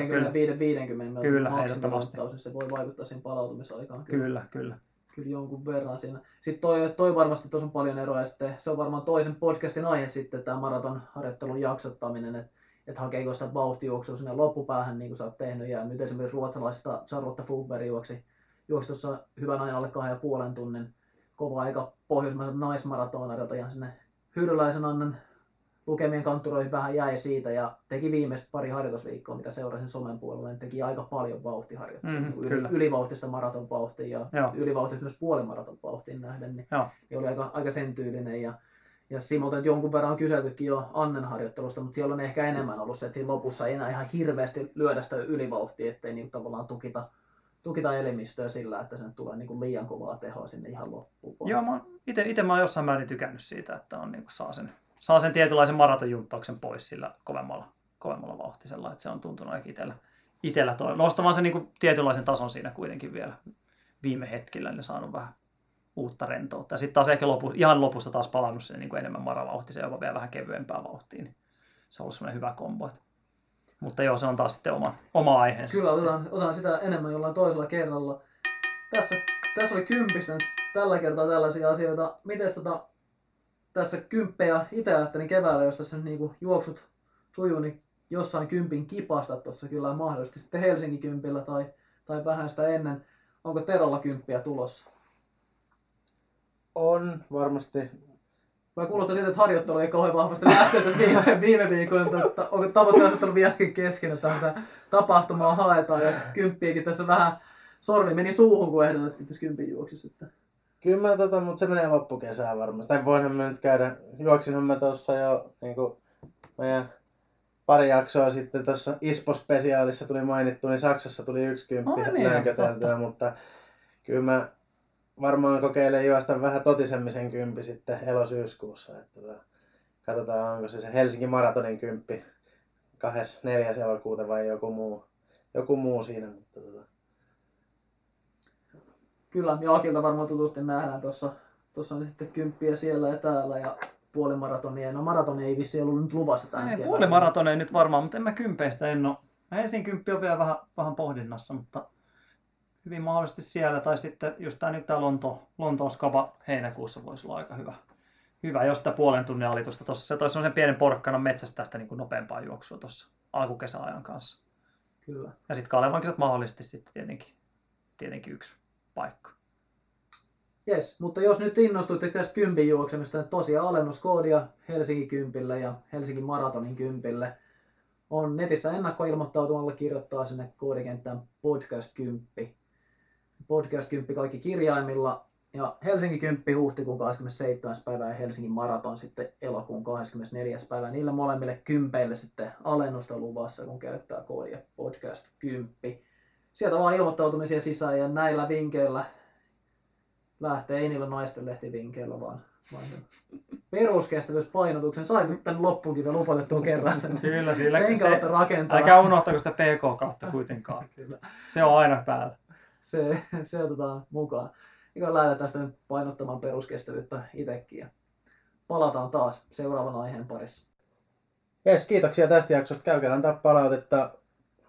kyllä, maksimiyunttaus, niin se voi vaikuttaa siihen palautumisaikaan. Kyllä. Kyllä jonkun verran siinä. Sitten toi varmasti tuossa on paljon eroja. Sitten se on varmaan toisen podcastin aihe sitten, tämä maratonharjoittelun jaksottaminen, että hakeeko sitä vauhtijuoksua sinne loppupäähän, niin kuin sä oot tehnyt. Ja nyt esimerkiksi ruotsalaisista Charlotte Fruberg juoksi tuossa hyvän ajan alle 2,5 tunnin kova aika pohjoismaisen naismaratonarilta ihan sinne Hyyryläisen Annan lukemien kantturoihin vähän jäi siitä ja teki viimeiset pari harjoitusviikkoa, mitä seurasin somen puolella, niin teki aika paljon vauhtiharjoittelua, ylivauhtista maratonvauhtia ja ylivauhtista myös puolimaratonvauhtiin nähden, niin oli aika sen tyylinen. Ja Simolta jonkun verran on kyseltykin jo Annen harjoittelusta, mutta siellä on ehkä enemmän ollut se, että siinä lopussa ei enää ihan hirveästi lyödä sitä ylivauhtia, ettei niin tavallaan tukita elimistöä sillä, että sen tulee niin kuin liian kovaa tehoa sinne ihan loppuun. Joo, itse mä oon jossain määrin tykännyt siitä, että on, niin kuin saa sen tietynlaisen maratonjunttauksen pois sillä kovemmalla vauhtisella, että se on tuntunut itsellä nostamaan sen niin kuin tietynlaisen tason siinä kuitenkin vielä viime hetkellä, niin saanut vähän uutta rentoutta. Ja sitten taas ehkä ihan lopussa taas palannut sinne niin kuin enemmän maravauhtiseen, jopa vielä vähän kevyempää vauhtiin, niin se on ollut semmoinen hyvä kombo. Mutta joo, se on taas sitten oma aiheensa. Kyllä, otetaan sitä enemmän jollain toisella kerralla. Tässä oli kympistä tällä kertaa tällaisia asioita. Miten tässä kymppejä itse ajattelin keväällä, jos tässä niinku juoksut sujuu, niin jossain kympin kipasta tuossa kyllä mahdollisesti sitten Helsingin kympillä tai vähän sitä ennen. Onko Terolla kymppiä tulossa? On varmasti. Mä kuulostan siitä, että harjoittelu ei kauhean vahvasti lähteä tässä viime viikolla, mutta onko tavoitteasettelu vieläkin kesken, että tämmöistä tapahtumaa haetaan ja kymppiäkin tässä vähän sormi meni suuhun, kun ehdotettiin tässä kympin juoksussa. Kyllä mutta se menee loppukesään varmasti. Tai voinhan mä nyt käydä, juoksinhan mä tuossa jo niinku meidän pari jaksoa sitten tuossa Ispo-spesiaalissa tuli mainittu, niin Saksassa tuli 1 kymppi lönköteltyä, mutta kyllä mä varmaan kokeilen juosta vähän totisemmin kymppi sitten elosyyskuussa. Että katsotaan, onko se Helsingin maratonin kymppi 4. elokuuta vai joku muu siinä. Mutta Kyllä, ja Akilta varmaan tutusti nähdään tuossa on sitten kymppiä siellä ja täällä ja puolimaratonia. No maratoni ei vissiin ollut nyt luvassa tähän kevään. Puolimaratoni ei nyt varmaan, mutta en mä kympeistä en ole. Helsingin kymppi on vielä vähän pohdinnassa, mutta hyvin mahdollisesti siellä. Tai sitten just tämä Lontoon skaba heinäkuussa voisi olla aika hyvä jos sitä puolen tunnin alitusta tuossa. Se toisi sellaisen pienen porkkanan metsästä tästä niin kuin nopeampaa juoksua tuossa alkukesäajan kanssa. Kyllä. Ja sitten Kalevan kisat mahdollisesti sitten tietenkin yksi paikka. Jes, mutta jos nyt innostuitte tästä kympin juoksemista, niin tosiaan alennuskoodia Helsingin kympille ja Helsingin maratonin kympille on netissä ennakkoilmoittautumalla, kirjoittaa sinne koodikenttään podcast 10. Podcast 10 kaikki kirjaimilla ja Helsingin kymppi huhtikuun 27. päivä ja Helsingin maraton sitten elokuun 24. päivä. Niillä molemmille kympeille sitten alennusta luvassa, kun käyttää koodia podcast 10. Sieltä vaan ilmoittautumisia sisään ja näillä vinkeillä lähtee, ei niillä naisten lehtivinkeillä, vaan peruskestävyyspainotuksen. Sain tänne loppuunkin vielä lupatettua kerran sen. Kyllä, sillä sen kautta rakentaa. Älkää unohtako sitä PK-kautta kuitenkaan. Kyllä. Se on aina päällä. Se otetaan mukaan. Eikä lähdetään tästä nyt painottamaan peruskestävyyttä itsekin. Ja palataan taas seuraavan aiheen parissa. Jes, kiitoksia tästä jaksosta. Käykää antaa palautetta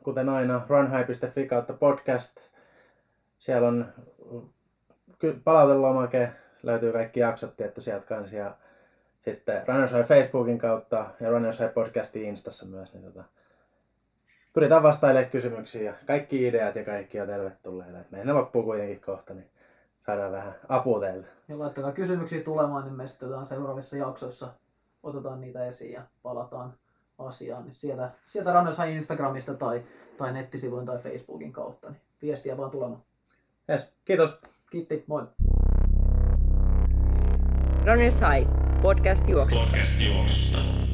kuten aina, runhigh.fi/podcast. Siellä on palautelomake, löytyy kaikki jaksot tietty sieltä kanssa. Ja sitten Runners High Facebookin kautta ja Runners High podcastin Instassa myös. Niin pyritään vastailemaan kysymyksiin ja kaikki ideat ja kaikki on tervetulleita. Ne loppuu kuitenkin kohta, niin saadaan vähän apua teille. Ja laittakaa kysymyksiä tulemaan, niin me sitten seuraavissa jaksoissa otetaan niitä esiin ja palataan asiaan. Niin sieltä Runners High Instagramista tai nettisivujen tai Facebookin kautta. Niin viestiä vaan tulemaan. Yes, kiitos. Kiitti, moi. Runners High, podcast juoksusta.